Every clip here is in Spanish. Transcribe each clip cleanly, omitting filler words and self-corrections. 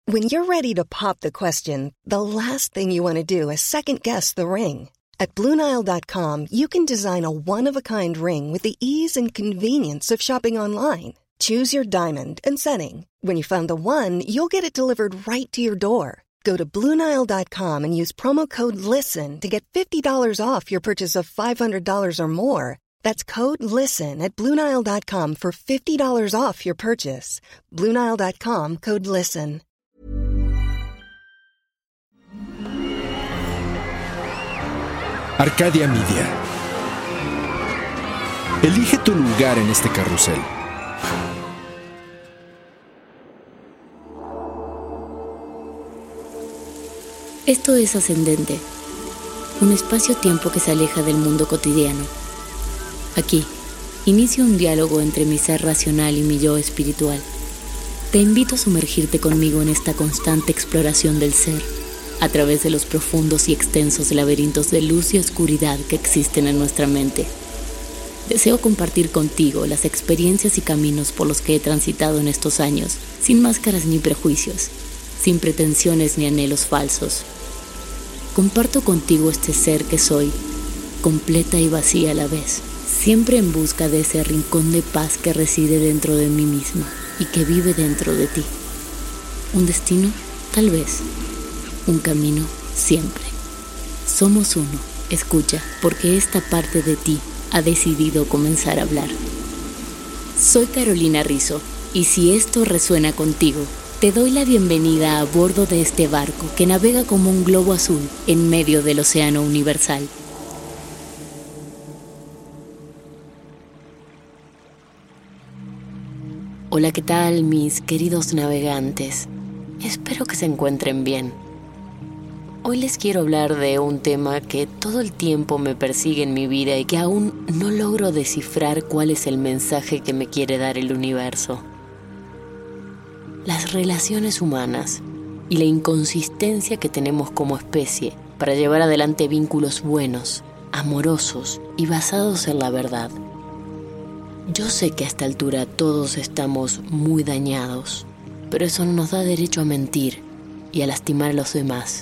When you're ready to pop the question, the last thing you want to do is second-guess the ring. At BlueNile.com, you can design a one-of-a-kind ring with the ease and convenience of shopping online. Choose your diamond and setting. When you find the one, you'll get it delivered right to your door. Go to BlueNile.com and use promo code LISTEN to get $50 off your purchase of $500 or more. That's code LISTEN at BlueNile.com for $50 off your purchase. BlueNile.com, code LISTEN. Arcadia Media. Elige tu lugar en este carrusel. Esto es Ascendente, un espacio-tiempo que se aleja del mundo cotidiano. Aquí, inicio un diálogo entre mi ser racional y mi yo espiritual. Te invito a sumergirte conmigo en esta constante exploración del ser, a través de los profundos y extensos laberintos de luz y oscuridad que existen en nuestra mente. Deseo compartir contigo las experiencias y caminos por los que he transitado en estos años, sin máscaras ni prejuicios, sin pretensiones ni anhelos falsos. Comparto contigo este ser que soy, completa y vacía a la vez, siempre en busca de ese rincón de paz que reside dentro de mí misma y que vive dentro de ti. Un destino, tal vez. Un camino, siempre. Somos uno. Escucha, porque esta parte de ti ha decidido comenzar a hablar. Soy Carolina Rizzo, y si esto resuena contigo, te doy la bienvenida a bordo de este barco que navega como un globo azul en medio del océano universal. Hola, ¿qué tal, mis queridos navegantes? Espero que se encuentren bien. Hoy les quiero hablar de un tema que todo el tiempo me persigue en mi vida y que aún no logro descifrar cuál es el mensaje que me quiere dar el universo. Las relaciones humanas y la inconsistencia que tenemos como especie para llevar adelante vínculos buenos, amorosos y basados en la verdad. Yo sé que a esta altura todos estamos muy dañados, pero eso no nos da derecho a mentir y a lastimar a los demás.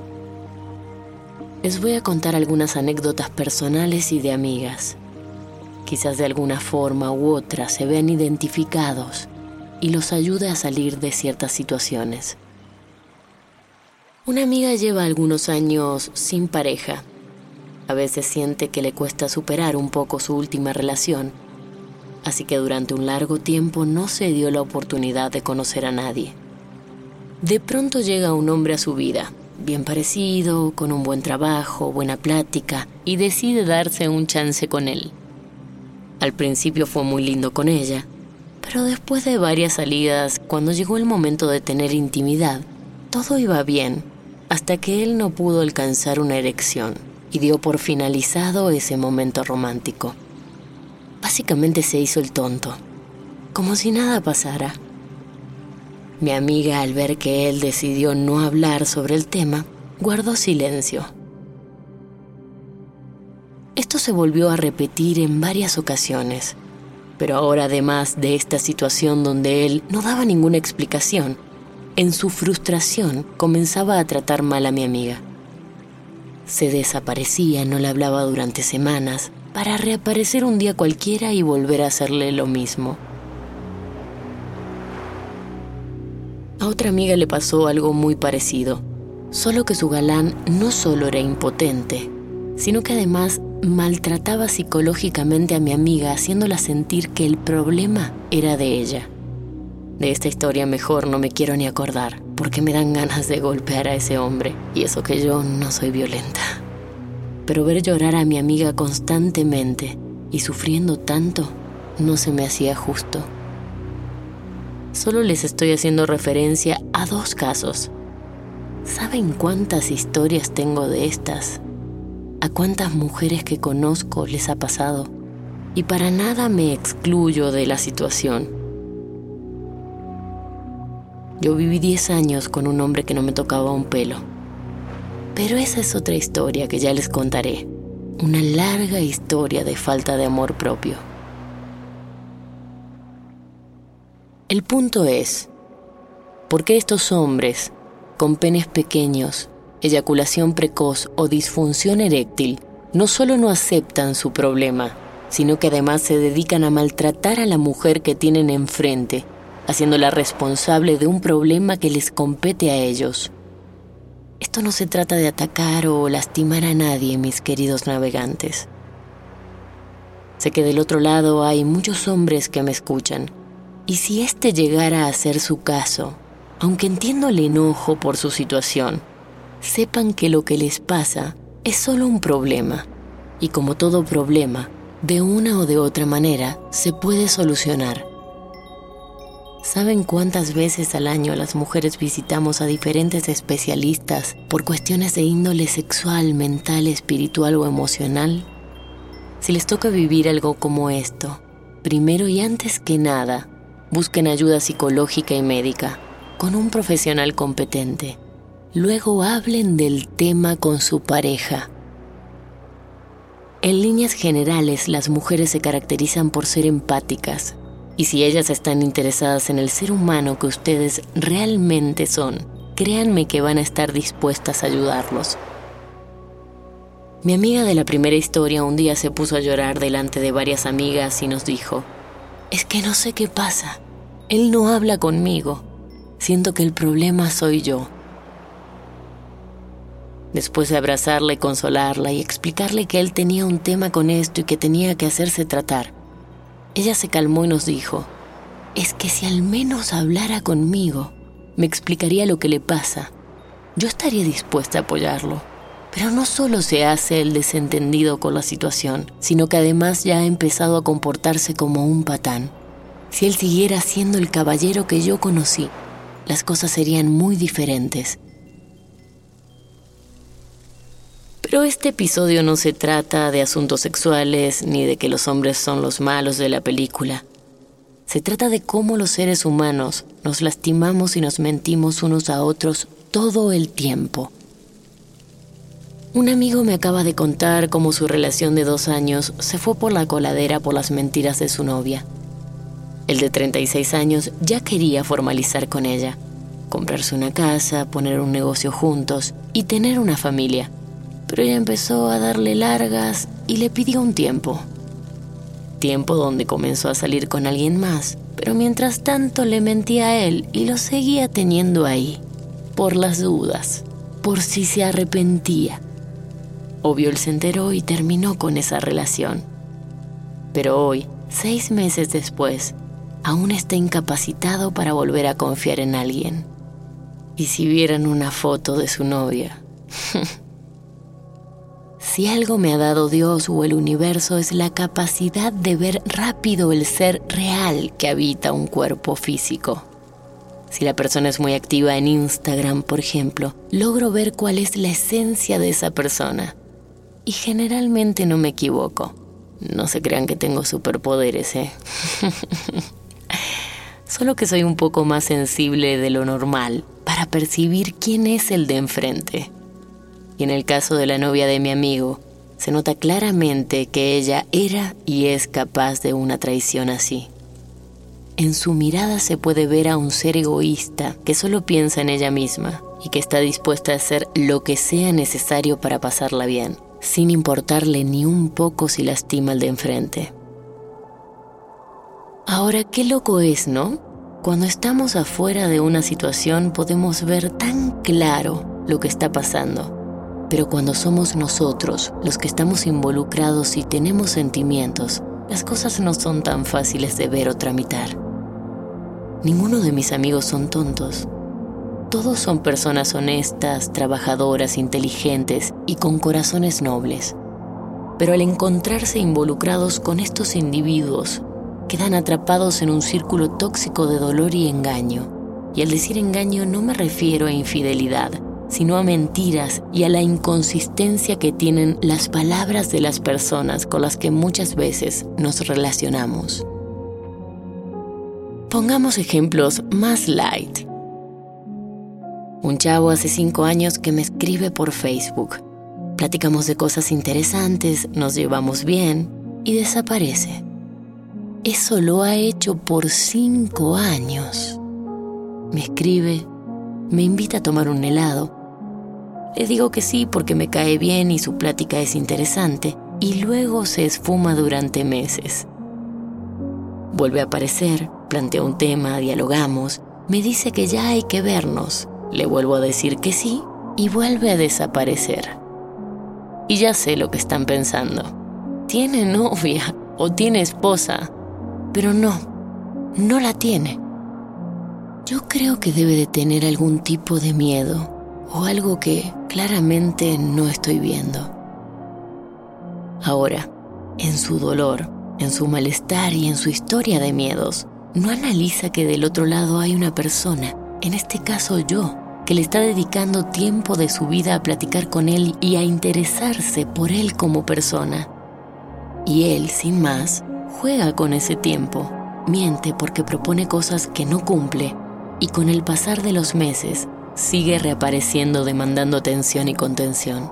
Les voy a contar algunas anécdotas personales y de amigas. Quizás de alguna forma u otra se vean identificados y los ayude a salir de ciertas situaciones. Una amiga lleva algunos años sin pareja. A veces siente que le cuesta superar un poco su última relación, así que durante un largo tiempo no se dio la oportunidad de conocer a nadie. De pronto llega un hombre a su vida, bien parecido, con un buen trabajo, buena plática, y decide darse un chance con él. Al principio fue muy lindo con ella, pero después de varias salidas, cuando llegó el momento de tener intimidad, todo iba bien, hasta que él no pudo alcanzar una erección y dio por finalizado ese momento romántico. Básicamente se hizo el tonto, como si nada pasara. Mi amiga, al ver que él decidió no hablar sobre el tema, guardó silencio. Esto se volvió a repetir en varias ocasiones, pero ahora, además de esta situación donde él no daba ninguna explicación, en su frustración comenzaba a tratar mal a mi amiga. Se desaparecía, no le hablaba durante semanas, para reaparecer un día cualquiera y volver a hacerle lo mismo. A otra amiga le pasó algo muy parecido, solo que su galán no solo era impotente, sino que además maltrataba psicológicamente a mi amiga, haciéndola sentir que el problema era de ella. De esta historia mejor no me quiero ni acordar, porque me dan ganas de golpear a ese hombre, y eso que yo no soy violenta. Pero ver llorar a mi amiga constantemente y sufriendo tanto no se me hacía justo. Solo les estoy haciendo referencia a 2 casos. ¿Saben cuántas historias tengo de estas? ¿A cuántas mujeres que conozco les ha pasado? Y para nada me excluyo de la situación. Yo viví 10 años con un hombre que no me tocaba un pelo. Pero esa es otra historia que ya les contaré. Una larga historia de falta de amor propio. El punto es, ¿Por qué estos hombres, con penes pequeños, eyaculación precoz o disfunción eréctil, no solo no aceptan su problema, sino que además se dedican a maltratar a la mujer que tienen enfrente, haciéndola responsable de un problema que les compete a ellos? Esto no se trata de atacar o lastimar a nadie, mis queridos navegantes. Sé que del otro lado hay muchos hombres que me escuchan, y si este llegara a ser su caso, aunque entiendo el enojo por su situación, sepan que lo que les pasa es solo un problema, y como todo problema, de una o de otra manera, se puede solucionar. ¿Saben cuántas veces al año las mujeres visitamos a diferentes especialistas por cuestiones de índole sexual, mental, espiritual o emocional? Si les toca vivir algo como esto, primero y antes que nada, busquen ayuda psicológica y médica con un profesional competente. Luego hablen del tema con su pareja. En líneas generales, las mujeres se caracterizan por ser empáticas, y si ellas están interesadas en el ser humano que ustedes realmente son, créanme que van a estar dispuestas a ayudarlos. Mi amiga de la primera historia un día se puso a llorar delante de varias amigas y nos dijo: «Es que no sé qué pasa. Él no habla conmigo. Siento que el problema soy yo». Después de abrazarla y consolarla y explicarle que él tenía un tema con esto y que tenía que hacerse tratar, ella se calmó y nos dijo: «Es que si al menos hablara conmigo, me explicaría lo que le pasa. Yo estaría dispuesta a apoyarlo». Pero no solo se hace el desentendido con la situación, sino que además ya ha empezado a comportarse como un patán. Si él siguiera siendo el caballero que yo conocí, las cosas serían muy diferentes. Pero este episodio no se trata de asuntos sexuales ni de que los hombres son los malos de la película. Se trata de cómo los seres humanos nos lastimamos y nos mentimos unos a otros todo el tiempo. Un amigo me acaba de contar cómo su relación de 2 años se fue por la coladera por las mentiras de su novia. El de 36 años ya quería formalizar con ella, comprarse una casa, poner un negocio juntos y tener una familia. Pero ella empezó a darle largas y le pidió un tiempo. Tiempo donde comenzó a salir con alguien más, pero mientras tanto le mentía a él y lo seguía teniendo ahí, por las dudas, por si se arrepentía. Obvio, él se enteró y terminó con esa relación. Pero hoy, 6 meses después, aún está incapacitado para volver a confiar en alguien. Y si vieran una foto de su novia... Si algo me ha dado Dios o el universo es la capacidad de ver rápido el ser real que habita un cuerpo físico. Si la persona es muy activa en Instagram, por ejemplo, logro ver cuál es la esencia de esa persona. Y generalmente no me equivoco. No se crean que tengo superpoderes, Solo que soy un poco más sensible de lo normal para percibir quién es el de enfrente. Y en el caso de la novia de mi amigo, se nota claramente que ella era y es capaz de una traición así. En su mirada se puede ver a un ser egoísta que solo piensa en ella misma y que está dispuesta a hacer lo que sea necesario para pasarla bien, sin importarle ni un poco si lastima al de enfrente. Ahora, qué loco es, ¿no? Cuando estamos afuera de una situación podemos ver tan claro lo que está pasando. Pero cuando somos nosotros los que estamos involucrados y tenemos sentimientos, las cosas no son tan fáciles de ver o tramitar. Ninguno de mis amigos son tontos. Todos son personas honestas, trabajadoras, inteligentes y con corazones nobles. Pero al encontrarse involucrados con estos individuos, quedan atrapados en un círculo tóxico de dolor y engaño. Y al decir engaño no me refiero a infidelidad, sino a mentiras y a la inconsistencia que tienen las palabras de las personas con las que muchas veces nos relacionamos. Pongamos ejemplos más light. Un chavo hace 5 años que me escribe por Facebook. Platicamos de cosas interesantes, nos llevamos bien y desaparece. Eso lo ha hecho por 5 años. me escribe, me invita a tomar un helado. Le digo que sí porque me cae bien y su plática es interesante, y luego se esfuma durante meses. Vuelve a aparecer, plantea un tema, dialogamos, me dice que ya hay que vernos, le vuelvo a decir que sí y vuelve a desaparecer. Y ya sé lo que están pensando. Tiene novia o tiene esposa, pero no la tiene. Yo creo que debe de tener algún tipo de miedo o algo que claramente no estoy viendo. Ahora, en su dolor, en su malestar y en su historia de miedos, no analiza que del otro lado hay una persona, en este caso yo, que le está dedicando tiempo de su vida a platicar con él y a interesarse por él como persona. Y él, sin más, juega con ese tiempo, miente porque propone cosas que no cumple y con el pasar de los meses sigue reapareciendo demandando atención y contención.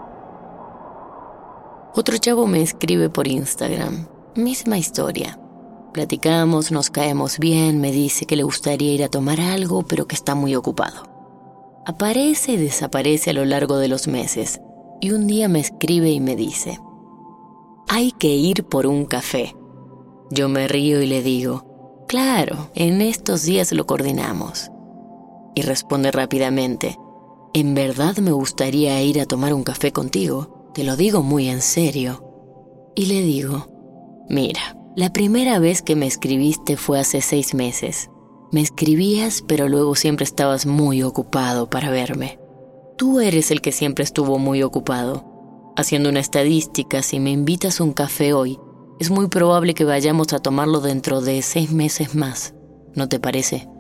Otro chavo me escribe por Instagram, misma historia. Platicamos, nos caemos bien, me dice que le gustaría ir a tomar algo, pero que está muy ocupado. Aparece y desaparece a lo largo de los meses, y un día me escribe y me dice: hay que ir por un café. Yo me río y le digo: claro, en estos días lo coordinamos. Y responde rápidamente: en verdad me gustaría ir a tomar un café contigo, te lo digo muy en serio. Y le digo: mira, la primera vez que me escribiste fue hace 6 meses. Me escribías, pero luego siempre estabas muy ocupado para verme. Tú eres el que siempre estuvo muy ocupado. Haciendo una estadística, si me invitas a un café hoy, es muy probable que vayamos a tomarlo dentro de 6 meses más. ¿No te parece?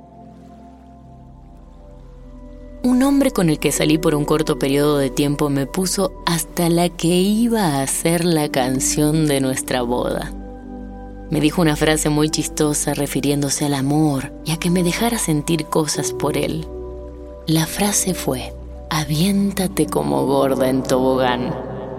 Un hombre con el que salí por un corto periodo de tiempo me puso hasta la que iba a ser la canción de nuestra boda. Me dijo una frase muy chistosa refiriéndose al amor y a que me dejara sentir cosas por él. La frase fue: aviéntate como gorda en tobogán.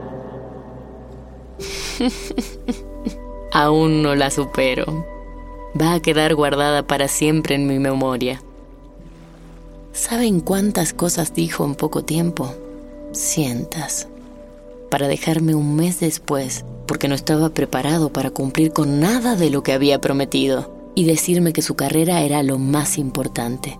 Aún no la supero. Va a quedar guardada para siempre en mi memoria. ¿Saben cuántas cosas dijo en poco tiempo? Cientos. Para dejarme un mes después, porque no estaba preparado para cumplir con nada de lo que había prometido, y decirme que su carrera era lo más importante.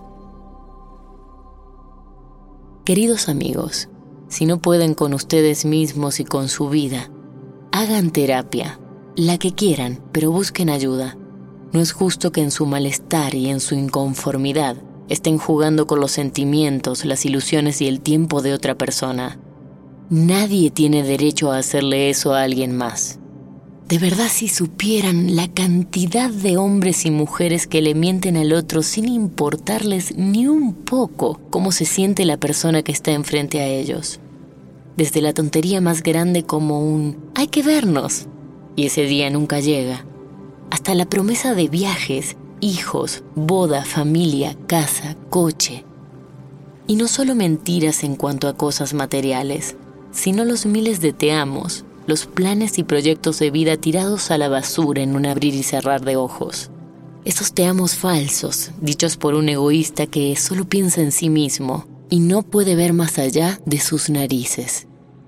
Queridos amigos, si no pueden con ustedes mismos y con su vida, hagan terapia, la que quieran, pero busquen ayuda. No es justo que en su malestar y en su inconformidad estén jugando con los sentimientos, las ilusiones y el tiempo de otra persona. Nadie tiene derecho a hacerle eso a alguien más. De verdad, si supieran la cantidad de hombres y mujeres que le mienten al otro sin importarles ni un poco cómo se siente la persona que está enfrente a ellos. Desde la tontería más grande como un «hay que vernos», y ese día nunca llega, hasta la promesa de viajes, hijos, boda, familia, casa, coche. Y no solo mentiras en cuanto a cosas materiales, sino los miles de te amos, los planes y proyectos de vida tirados a la basura en un abrir y cerrar de ojos. Esos te amos falsos, dichos por un egoísta que solo piensa en sí mismo y no puede ver más allá de sus narices.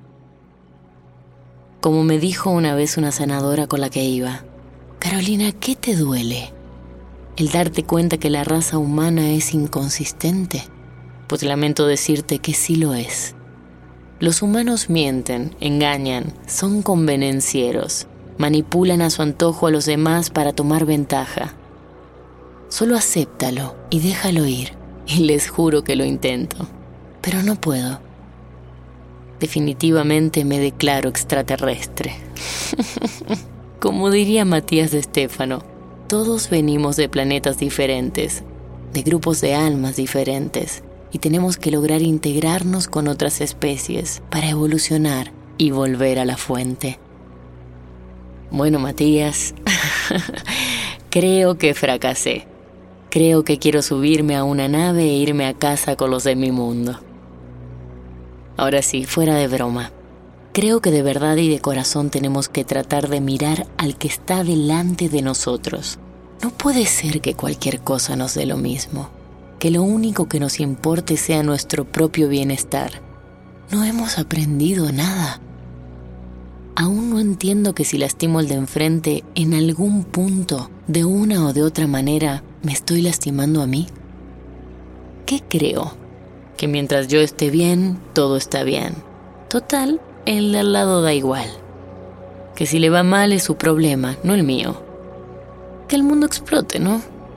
Como me dijo una vez una sanadora con la que iba: Carolina, ¿qué te duele? ¿El darte cuenta que la raza humana es inconsistente? Pues lamento decirte que sí lo es. Los humanos mienten, engañan, son convenencieros, manipulan a su antojo a los demás para tomar ventaja. Solo acéptalo y déjalo ir, y les juro que lo intento, pero no puedo. Definitivamente me declaro extraterrestre. Como diría Matías de Estéfano, todos venimos de planetas diferentes, de grupos de almas diferentes, y tenemos que lograr integrarnos con otras especies para evolucionar y volver a la fuente. Bueno, Matías, creo que fracasé. Creo que quiero subirme a una nave e irme a casa con los de mi mundo. Ahora sí, fuera de broma. Creo que de verdad y de corazón tenemos que tratar de mirar al que está delante de nosotros. No puede ser que cualquier cosa nos dé lo mismo. que lo único que nos importe sea nuestro propio bienestar. No hemos aprendido nada. Aún no entiendo que si lastimo al de enfrente, en algún punto, de una o de otra manera, me estoy lastimando a mí. ¿Qué creo? Que mientras yo esté bien, todo está bien. Total, el de al lado da igual. Que si le va mal es su problema, no el mío. Que el mundo explote, ¿no?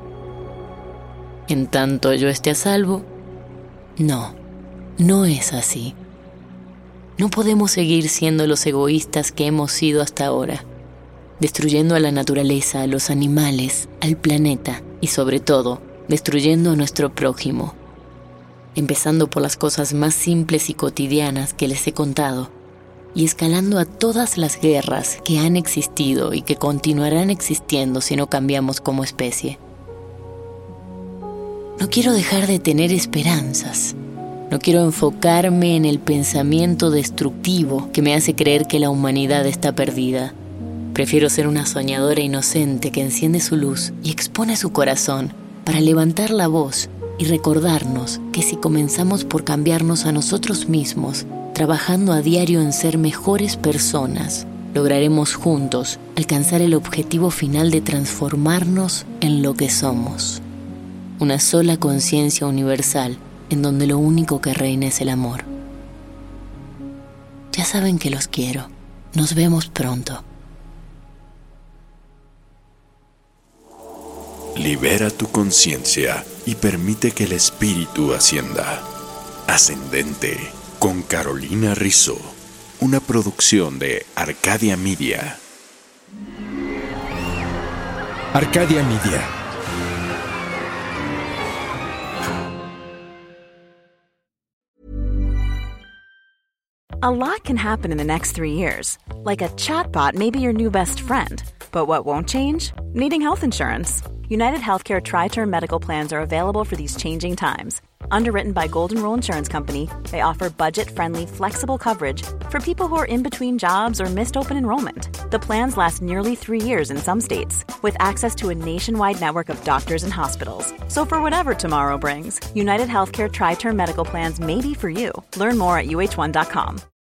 En tanto yo esté a salvo. No, no es así. No podemos seguir siendo los egoístas que hemos sido hasta ahora, destruyendo a la naturaleza, a los animales, al planeta y sobre todo, destruyendo a nuestro prójimo. Empezando por las cosas más simples y cotidianas que les he contado y escalando a todas las guerras que han existido y que continuarán existiendo si no cambiamos como especie. No quiero dejar de tener esperanzas. No quiero enfocarme en el pensamiento destructivo que me hace creer que la humanidad está perdida. Prefiero ser una soñadora inocente que enciende su luz y expone su corazón para levantar la voz y recordarnos que si comenzamos por cambiarnos a nosotros mismos, trabajando a diario en ser mejores personas, lograremos juntos alcanzar el objetivo final de transformarnos en lo que somos. Una sola conciencia universal en donde lo único que reina es el amor. Ya saben que los quiero. Nos vemos pronto. Libera tu conciencia y permite que el espíritu ascienda. Ascendente, con Carolina Rizzo. Una producción de Arcadia Media. Arcadia Media. A lot can happen in the next 3 years. Like a chatbot may be your new best friend. But what won't change? Needing health insurance. United Healthcare Tri-Term Medical Plans are available for these changing times. Underwritten by Golden Rule Insurance Company, they offer budget-friendly, flexible coverage for people who are in between jobs or missed open enrollment. The plans last nearly 3 years in some states, with access to a nationwide network of doctors and hospitals. So for whatever tomorrow brings, United Healthcare Tri-Term Medical Plans may be for you. Learn more at uh1.com.